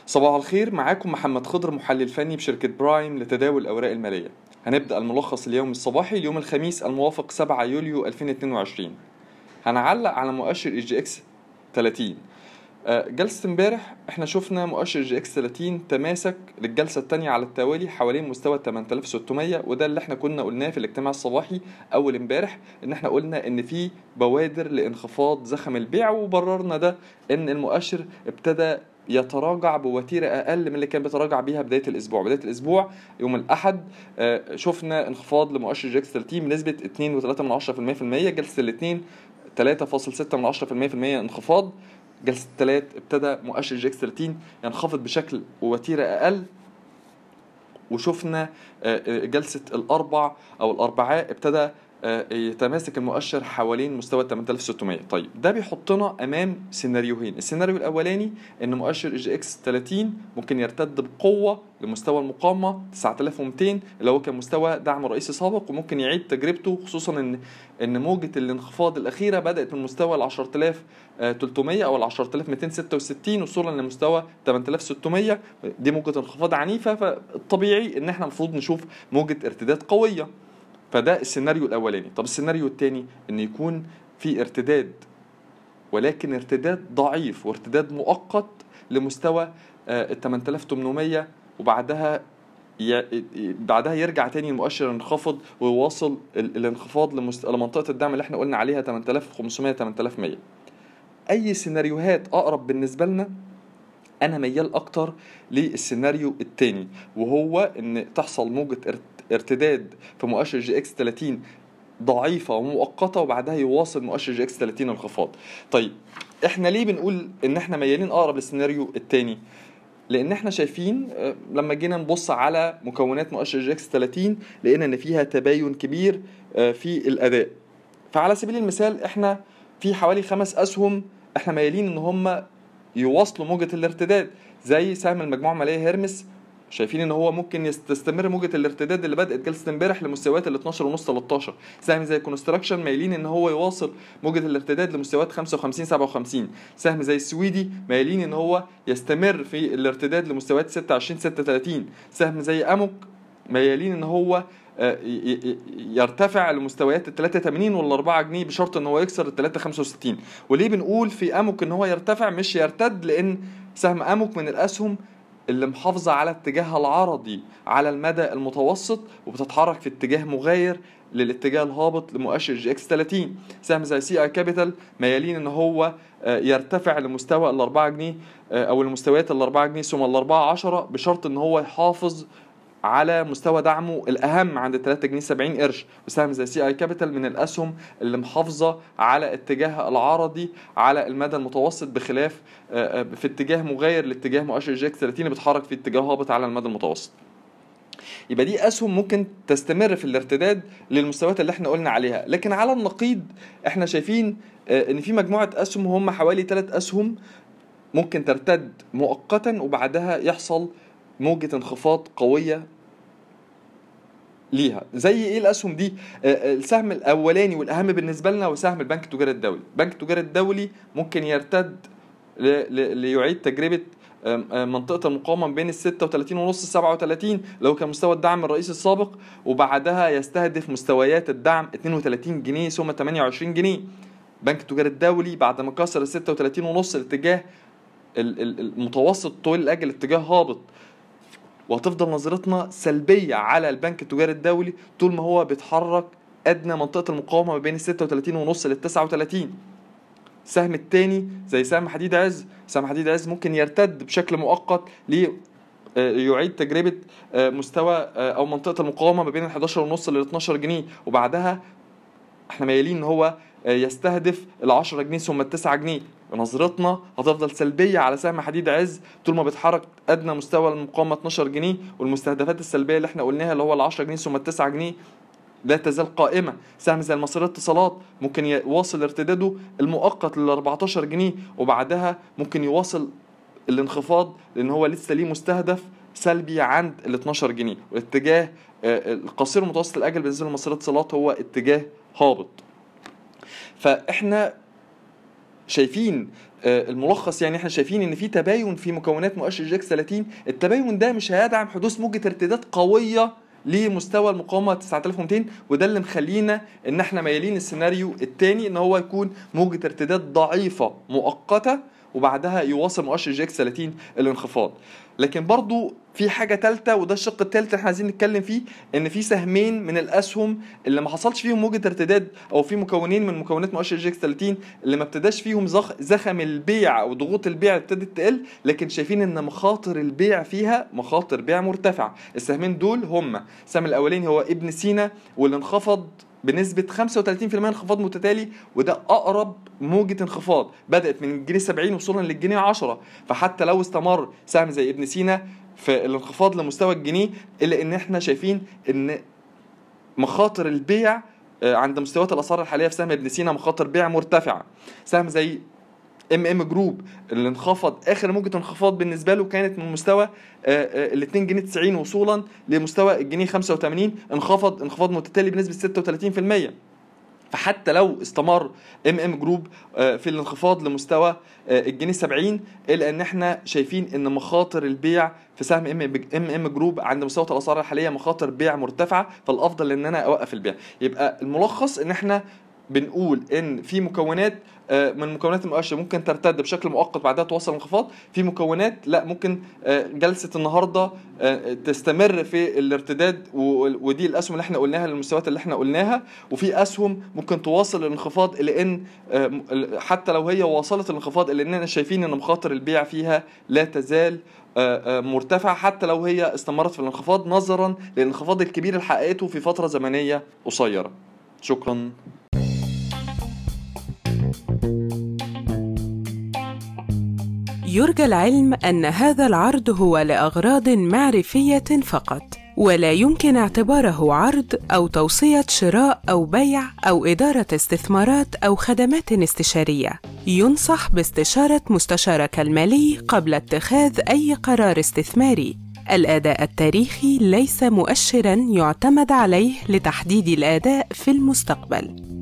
صباح الخير، معاكم محمد خضر، محلل فني بشركة برايم لتداول الأوراق المالية. هنبدأ الملخص اليومي الصباحي اليوم الخميس الموافق 7 يوليو 2022. هنعلق على مؤشر اي جي اكس 30. جلسة امبارح احنا شفنا مؤشر جي اكس 30 تماسك للجلسة الثانية على التوالي حوالين مستوى 8600، وده اللي احنا كنا قلناه في الاجتماع الصباحي اول امبارح، ان احنا قلنا ان في بوادر لانخفاض زخم البيع، وبررنا ده ان المؤشر ابتدى يتراجع بوتيرة أقل من اللي كان بيتراجع بيها بداية الأسبوع. يوم الأحد شفنا انخفاض لمؤشر جي اكس 30 بنسبة 2.3% جلسة الاثنين 3.6% انخفاض. جلسة الثلاث ابتدى مؤشر جي اكس 30 ينخفض بشكل ووتيرة أقل، وشفنا جلسة الأربعاء ابتدى يتماسك المؤشر حوالين مستوى 8600. طيب ده بيحطنا امام سيناريوهين. السيناريو الاولاني ان مؤشر جي اكس 30 ممكن يرتد بقوه لمستوى المقاومه 9200 اللي هو كان مستوى دعم رئيسي سابق، وممكن يعيد تجربته، خصوصا ان موجه الانخفاض الاخيره بدات من مستوى ال 10300 او ال 10266 وصولا لمستوى 8600. دي موجه انخفاض عنيفه، فالطبيعي ان احنا المفروض نشوف موجه ارتداد قويه. فده السيناريو الاولاني. طب السيناريو الثاني ان يكون في ارتداد، ولكن ارتداد ضعيف وارتداد مؤقت لمستوى ال 8800، وبعدها يرجع تاني المؤشر ينخفض ويواصل الانخفاض لمنطقة الدعم اللي احنا قلنا عليها 8500 8100. اي سيناريوهات اقرب بالنسبة لنا؟ انا ميال اكتر للسيناريو الثاني، وهو ان تحصل موجة ارتداد في مؤشر جي اكس 30 ضعيفة ومؤقتة، وبعدها يواصل مؤشر جي اكس 30 انخفاض. طيب احنا ليه بنقول ان احنا ميالين اقرب للسيناريو الثاني؟ لان احنا شايفين لما جينا نبص على مكونات مؤشر جي اكس 30 لقينا ان فيها تباين كبير في الاداء. فعلى سبيل المثال احنا في حوالي 5 اسهم احنا ميالين ان هم يواصلوا موجة الارتداد، زي سهم المجموعة المالية هيرمس، شايفين ان هو ممكن تستمر موجة الارتداد اللي بدأت جلسة امبارح لمستويات ال 12 ونص 13. سهم زي كونستراكشن مايلين ان هو يواصل موجة الارتداد لمستويات 55 57. سهم زي السويدي مايلين ان هو يستمر في الارتداد لمستويات 26 36. سهم زي اموك مايلين ان هو يرتفع لمستويات ال 83 وال 4 جنيه بشرط ان هو يكسر ال 365. وليه بنقول في اموك ان هو يرتفع مش يرتد؟ لان سهم اموك من الاسهم اللي محافظة على اتجاهها العرضي على المدى المتوسط، وبتتحرك في اتجاه مغاير للاتجاه الهابط لمؤشر جي اكس 30. سهم زي سي اي كابيتال ميالين ان هو يرتفع لمستوى ال 4 جنيه او المستويات ال 4 جنيه ثم ال 4 بشرط ان هو يحافظ على مستوى دعمه الاهم عند 3 جنيه 70 قرش. وسهم زي سي اي كابيتال من الاسهم اللي محافظه على اتجاهها العرضي على المدى المتوسط، بخلاف في اتجاه مغاير لاتجاه مؤشر جي اكس 30 اللي بيتحرك في اتجاه هابط على المدى المتوسط. يبقى دي اسهم ممكن تستمر في الارتداد للمستويات اللي احنا قلنا عليها. لكن على النقيض احنا شايفين ان في مجموعه اسهم، هم حوالي 3 اسهم ممكن ترتد مؤقتا وبعدها يحصل موجة انخفاض قوية ليها. زي ايه الاسهم دي؟ السهم الاولاني والاهم بالنسبه لنا هو سهم البنك التجاري الدولي. البنك التجاري الدولي ممكن يرتد ليعيد تجربه منطقه المقاومه بين ال 36 ونص 37 لو كان مستوى الدعم الرئيسي السابق، وبعدها يستهدف مستويات الدعم 32 جنيه ثم 28 جنيه. البنك التجاري الدولي بعد ما كسر ال 36 ونص الاتجاه المتوسط طويل الاجل اتجاه هابط، وهتفضل نظرتنا سلبية على البنك التجاري الدولي طول ما هو بيتحرك أدنى منطقة المقاومة ما بين 36 ونص لل 39. السهم التاني زي سهم حديد عز، سهم حديد عز ممكن يرتد بشكل مؤقت يعيد تجربة مستوى أو منطقة المقاومة ما بين ال 11 ونص لل 12 جنيه، وبعدها احنا مايلين ان هو يستهدف ال 10 جنيه ثم ال 9 جنيه. نظرتنا هتفضل سلبيه على سهم حديد عز طول ما بيتحرك ادنى مستوى المقاومه 12 جنيه، والمستهدفات السلبيه اللي احنا قلناها اللي هو ال 10 جنيه ثم ال 9 جنيه لا تزال قائمه. سهم زي المصرية اتصالات ممكن يواصل ارتداده المؤقت لل 14 جنيه، وبعدها ممكن يواصل الانخفاض لان هو لسه ليه مستهدف سلبي عند ال 12 جنيه. والاتجاه القصير المتوسط الاجل بالنسبه لمصرية اتصالات هو اتجاه هابط. فاحنا شايفين الملخص يعني احنا شايفين ان في تباين في مكونات مؤشر جي اكس 30. التباين ده مش هيدعم حدوث موجة ارتداد قوية لمستوى المقاومة 9200، وده اللي مخلينا ان احنا ميالين السيناريو الثاني ان هو يكون موجة ارتداد ضعيفة مؤقتة وبعدها يواصل مؤشر جي اكس 30 الانخفاض. لكن برضو في حاجة تالتة، وده الشق التالت احنا عايزين نتكلم فيه، ان في سهمين من الاسهم اللي ما حصلش فيهم موجة ارتداد، او في مكونين من مكونات مؤشر جي اكس 30 اللي ما ابتداش فيهم زخم البيع او ضغوط البيع ابتدت تقل، لكن شايفين ان مخاطر البيع فيها مخاطر بيع مرتفعة. السهمين دول هم السهم الاولاني هو ابن سينا، واللي انخفض بنسبة 35% انخفاض متتالي، وده أقرب موجة انخفاض بدأت من الجنيه 70 وصولا للجنيه 10. فحتى لو استمر سهم زي ابن سينا في الانخفاض لمستوى الجنيه، إلا إن احنا شايفين إن مخاطر البيع عند مستويات الأسعار الحالية في سهم ابن سينا مخاطر بيع مرتفعة. سهم زي جروب اللي انخفض اخر موجة انخفاض بالنسبه له كانت من مستوى ال 2 جنيه 90 وصولا لمستوى الجنيه 85، انخفض انخفاض متتالي بنسبه 36%. فحتى لو استمر جروب في الانخفاض لمستوى الجنيه 70، الا ان احنا شايفين ان مخاطر البيع في سهم جروب عند مستوى الاسعار الحاليه مخاطر بيع مرتفعه، فالافضل ان انا اوقف البيع. يبقى الملخص ان احنا بنقول ان في مكونات من مكونات المؤشر ممكن ترتد بشكل مؤقت بعدها توصل انخفاض، في مكونات لا، ممكن جلسة النهاردة تستمر في الارتداد، ودي الأسهم اللي احنا قلناها للمستويات اللي احنا قلناها، وفي أسهم ممكن تواصل الانخفاض لأن حتى لو هي واصلت الانخفاض إلا أننا شايفين أن مخاطر البيع فيها لا تزال مرتفعة حتى لو هي استمرت في الانخفاض، نظرا للانخفاض الكبير اللي حققته في فترة زمنية قصيرة. شكرا. يرجى العلم أن هذا العرض هو لأغراض معرفية فقط، ولا يمكن اعتباره عرض أو توصية شراء أو بيع أو إدارة استثمارات أو خدمات استشارية. ينصح باستشارة مستشارك المالي قبل اتخاذ أي قرار استثماري. الأداء التاريخي ليس مؤشراً يعتمد عليه لتحديد الأداء في المستقبل.